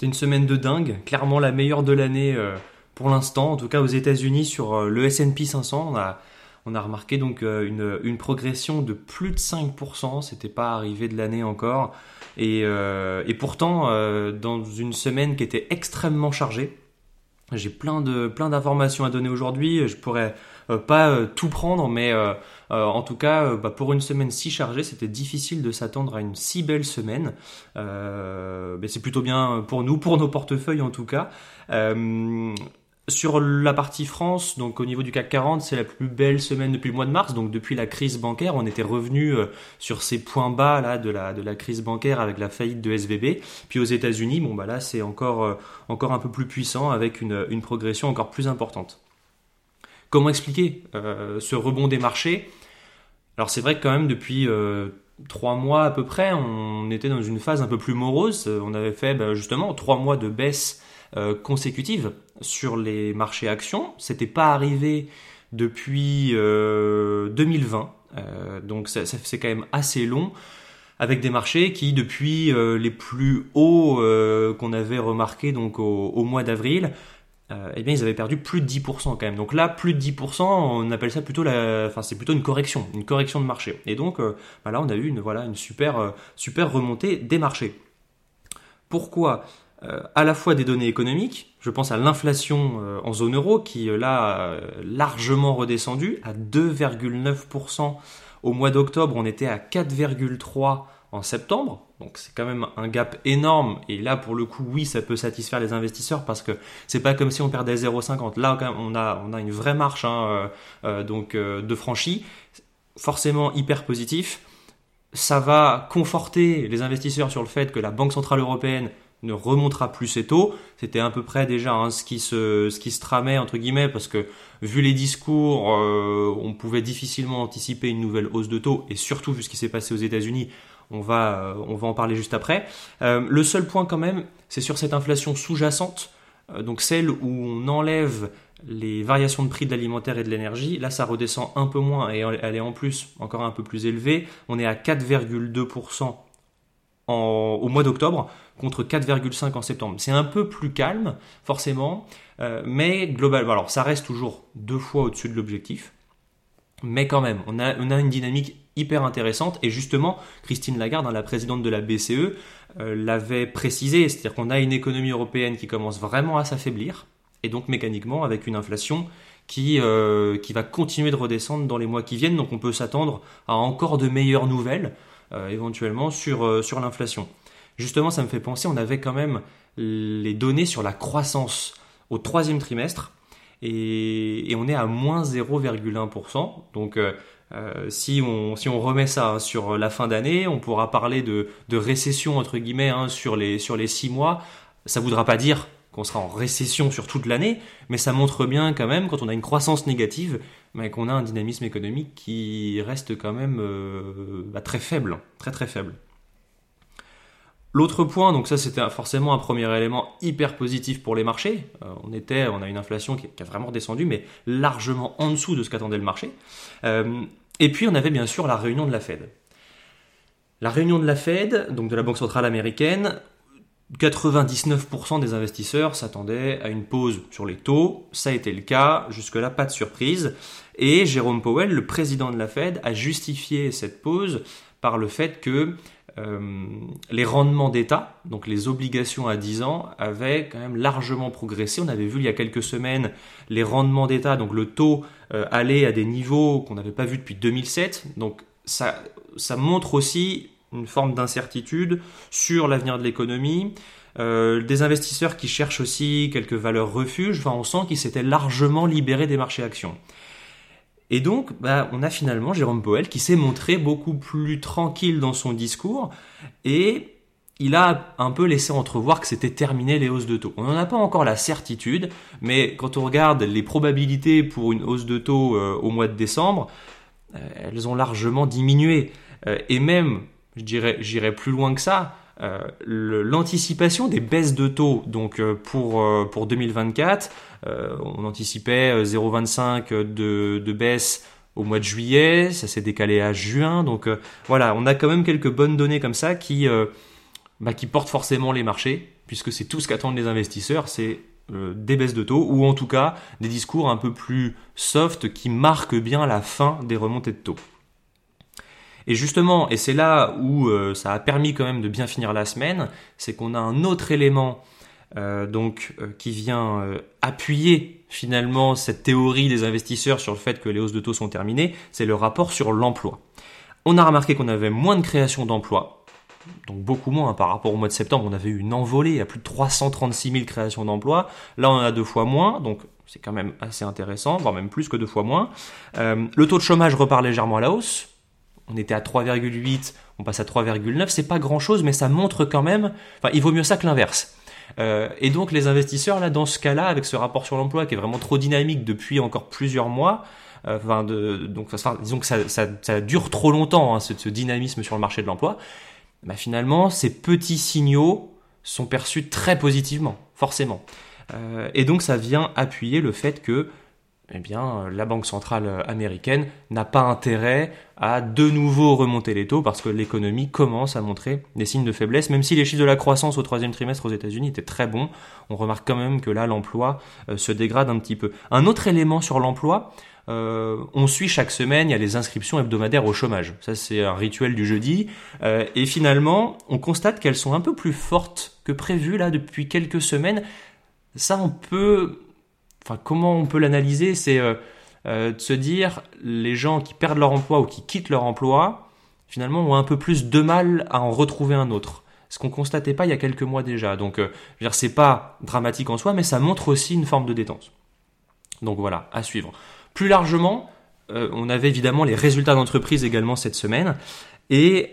C'était une semaine de dingue, clairement la meilleure de l'année pour l'instant, en tout cas aux États-Unis sur le S&P 500. On a remarqué donc une progression de plus de 5%, c'était pas arrivé de l'année encore. Et pourtant, dans une semaine qui était extrêmement chargée, j'ai plein d'informations à donner aujourd'hui. Je pourrais pas tout prendre, mais en tout cas, pour une semaine si chargée, c'était difficile de s'attendre à une si belle semaine. Mais c'est plutôt bien pour nous, pour nos portefeuilles en tout cas. Sur la partie France, donc au niveau du CAC 40, c'est la plus belle semaine depuis le mois de mars. Donc depuis la crise bancaire, on était revenu sur ces points bas là de la crise bancaire avec la faillite de SVB. Puis aux États-Unis, là c'est encore un peu plus puissant avec une progression encore plus importante. Comment expliquer ce rebond des marchés? Alors c'est vrai que quand même depuis 3 mois à peu près, on était dans une phase un peu plus morose. On avait fait justement 3 mois de baisse consécutive sur les marchés actions. C'était pas arrivé depuis 2020, donc c'est quand même assez long, avec des marchés qui depuis les plus hauts qu'on avait remarqué donc au mois d'avril, ils avaient perdu plus de 10% quand même. Donc là, plus de 10%, on appelle ça plutôt c'est plutôt une correction de marché. Et donc là, on a eu une super remontée des marchés. Pourquoi? À la fois des données économiques, je pense à l'inflation en zone euro qui là largement redescendu à 2,9% au mois d'octobre, on était à 4,3% en septembre, donc c'est quand même un gap énorme, et là pour le coup oui ça peut satisfaire les investisseurs parce que c'est pas comme si on perdait 0,50, là quand même, on a une vraie marche de franchie, forcément hyper positif. Ça va conforter les investisseurs sur le fait que la Banque Centrale Européenne ne remontera plus ses taux. C'était à peu près déjà ce qui se tramait entre guillemets, parce que vu les discours, on pouvait difficilement anticiper une nouvelle hausse de taux, et surtout vu ce qui s'est passé aux États-Unis, on va en parler juste après. Le seul point quand même, c'est sur cette inflation sous-jacente, donc celle où on enlève les variations de prix de l'alimentaire et de l'énergie. Là, ça redescend un peu moins et elle est en plus encore un peu plus élevée. On est à 4,2% au mois d'octobre contre 4,5% en septembre. C'est un peu plus calme, forcément, mais globalement, alors ça reste toujours 2 fois au-dessus de l'objectif, mais quand même, on a une dynamique hyper intéressante. Et justement, Christine Lagarde, la présidente de la BCE, l'avait précisé, c'est-à-dire qu'on a une économie européenne qui commence vraiment à s'affaiblir, et donc mécaniquement avec une inflation qui va continuer de redescendre dans les mois qui viennent. Donc on peut s'attendre à encore de meilleures nouvelles éventuellement sur l'inflation. Justement, ça me fait penser, on avait quand même les données sur la croissance au 3e trimestre, et on est à moins 0,1%. Donc si on remet ça sur la fin d'année, on pourra parler de récession entre guillemets sur les 6 mois. Ça ne voudra pas dire qu'on sera en récession sur toute l'année, mais ça montre bien quand même, quand on a une croissance négative, mais qu'on a un dynamisme économique qui reste quand même très faible, très très faible. L'autre point, donc ça c'était forcément un premier élément hyper positif pour les marchés. On a une inflation qui a vraiment descendu, mais largement en dessous de ce qu'attendait le marché. Et puis on avait bien sûr la réunion de la Fed. La réunion de la Fed, donc de la Banque Centrale Américaine, 99% des investisseurs s'attendaient à une pause sur les taux. Ça a été le cas, jusque-là pas de surprise. Et Jérôme Powell, le président de la Fed, a justifié cette pause par le fait que les rendements d'État, donc les obligations à 10 ans, avaient quand même largement progressé. On avait vu il y a quelques semaines les rendements d'État, donc le taux aller à des niveaux qu'on n'avait pas vus depuis 2007. Donc ça montre aussi une forme d'incertitude sur l'avenir de l'économie. Des investisseurs qui cherchent aussi quelques valeurs refuges. Enfin, on sent qu'ils s'étaient largement libérés des marchés actions. Et donc, on a finalement Jérôme Powell qui s'est montré beaucoup plus tranquille dans son discours, et il a un peu laissé entrevoir que c'était terminé les hausses de taux. On n'en a pas encore la certitude, mais quand on regarde les probabilités pour une hausse de taux au mois de décembre, elles ont largement diminué. Et même, j'irais plus loin que ça, l'anticipation des baisses de taux, donc pour 2024, on anticipait 0,25 de baisse au mois de juillet, ça s'est décalé à juin, donc voilà, on a quand même quelques bonnes données comme ça qui portent forcément les marchés, puisque c'est tout ce qu'attendent les investisseurs, c'est des baisses de taux, ou en tout cas des discours un peu plus soft qui marquent bien la fin des remontées de taux. Et justement, et c'est là où ça a permis quand même de bien finir la semaine, c'est qu'on a un autre élément qui vient appuyer finalement cette théorie des investisseurs sur le fait que les hausses de taux sont terminées, c'est le rapport sur l'emploi. On a remarqué qu'on avait moins de création d'emplois, donc beaucoup moins par rapport au mois de septembre. On avait eu une envolée à plus de 336 000 créations d'emplois. Là, on en a 2 fois moins, donc c'est quand même assez intéressant, voire même plus que 2 fois moins. Le taux de chômage repart légèrement à la hausse. On était à 3,8, on passe à 3,9. C'est pas grand-chose, mais ça montre quand même... Enfin, il vaut mieux ça que l'inverse. Et donc, les investisseurs, là, dans ce cas-là, avec ce rapport sur l'emploi qui est vraiment trop dynamique depuis encore plusieurs mois... disons que ça dure trop longtemps, hein, ce dynamisme sur le marché de l'emploi. Finalement, ces petits signaux sont perçus très positivement, forcément. Et donc, ça vient appuyer le fait que la Banque centrale américaine n'a pas intérêt à de nouveau remonter les taux parce que l'économie commence à montrer des signes de faiblesse. Même si les chiffres de la croissance au 3e trimestre aux États-Unis étaient très bons, on remarque quand même que là, l'emploi se dégrade un petit peu. Un autre élément sur l'emploi, on suit chaque semaine, il y a les inscriptions hebdomadaires au chômage. Ça, c'est un rituel du jeudi. Et finalement, on constate qu'elles sont un peu plus fortes que prévu là depuis quelques semaines. Ça, comment on peut l'analyser, c'est de se dire les gens qui perdent leur emploi ou qui quittent leur emploi, finalement, ont un peu plus de mal à en retrouver un autre. Ce qu'on constatait pas il y a quelques mois déjà. Donc, c'est pas dramatique en soi, mais ça montre aussi une forme de détente. Donc voilà, à suivre. Plus largement, on avait évidemment les résultats d'entreprise également cette semaine. Et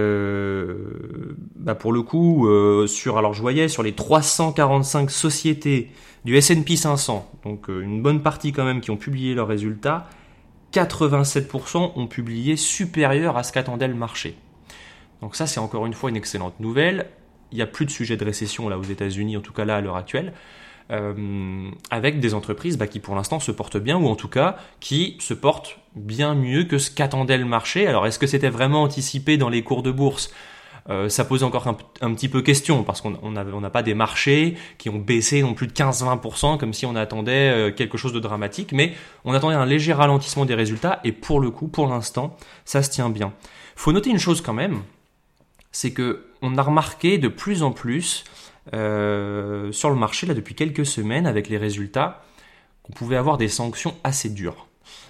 pour le coup, je voyais sur les 345 sociétés du S&P 500, donc une bonne partie quand même qui ont publié leurs résultats, 87% ont publié supérieur à ce qu'attendait le marché. Donc ça, c'est encore une fois une excellente nouvelle. Il n'y a plus de sujet de récession là aux États-Unis, en tout cas là à l'heure actuelle. Avec des entreprises qui pour l'instant se portent bien, ou en tout cas qui se portent bien mieux que ce qu'attendait le marché. Alors est-ce que c'était vraiment anticipé dans les cours de bourse ? Ça pose encore un petit peu question, parce qu'on n'a pas des marchés qui ont baissé non plus de 15-20% comme si on attendait quelque chose de dramatique, mais on attendait un léger ralentissement des résultats, et pour le coup, pour l'instant, ça se tient bien. Faut noter une chose quand même, c'est que on a remarqué de plus en plus sur le marché là depuis quelques semaines avec les résultats qu'on pouvait avoir des sanctions assez dures,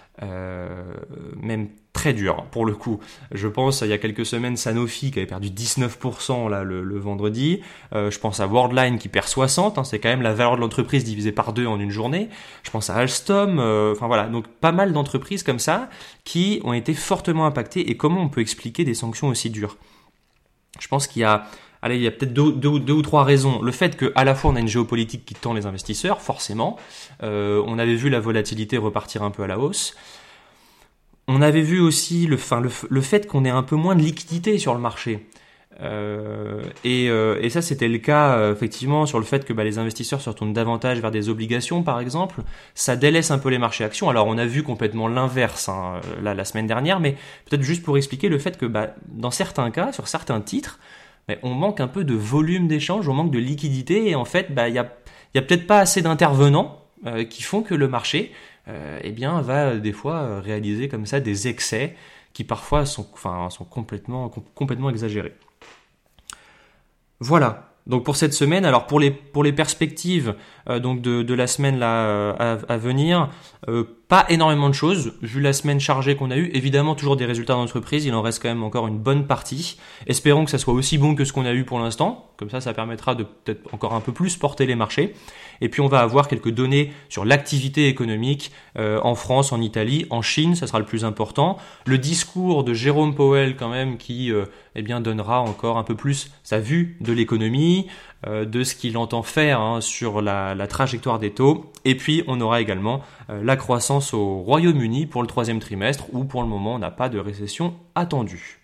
même très dures pour le coup. Je pense il y a quelques semaines Sanofi qui avait perdu 19% là le vendredi. Je pense à Worldline qui perd 60%, c'est quand même la valeur de l'entreprise divisée par 2 en une journée. Je pense à Alstom, donc pas mal d'entreprises comme ça qui ont été fortement impactées. Et comment on peut expliquer des sanctions aussi dures ? Je pense qu'il y a peut-être deux ou trois raisons. Le fait qu'à la fois on a une géopolitique qui tend les investisseurs, forcément. On avait vu la volatilité repartir un peu à la hausse. On avait vu aussi le fait qu'on ait un peu moins de liquidité sur le marché. Et ça, c'était le cas effectivement sur le fait que les investisseurs se retournent davantage vers des obligations, par exemple. Ça délaisse un peu les marchés actions. Alors, on a vu complètement l'inverse la semaine dernière, mais peut-être juste pour expliquer le fait que dans certains cas, sur certains titres, on manque un peu de volume d'échange, on manque de liquidité, et en fait, il y a peut-être pas assez d'intervenants qui font que le marché va des fois réaliser comme ça des excès qui parfois sont complètement exagérés. Voilà. Donc pour cette semaine, alors pour les perspectives de la semaine là à venir, pas énormément de choses vu la semaine chargée qu'on a eue. Évidemment toujours des résultats d'entreprise, il en reste quand même encore une bonne partie. Espérons que ça soit aussi bon que ce qu'on a eu pour l'instant. Comme ça permettra de peut-être encore un peu plus porter les marchés. Et puis on va avoir quelques données sur l'activité économique en France, en Italie, en Chine, ça sera le plus important. Le discours de Jérôme Powell quand même qui donnera encore un peu plus sa vue de l'économie, de ce qu'il entend faire sur la trajectoire des taux. Et puis on aura également la croissance au Royaume-Uni pour le 3e trimestre où pour le moment on n'a pas de récession attendue.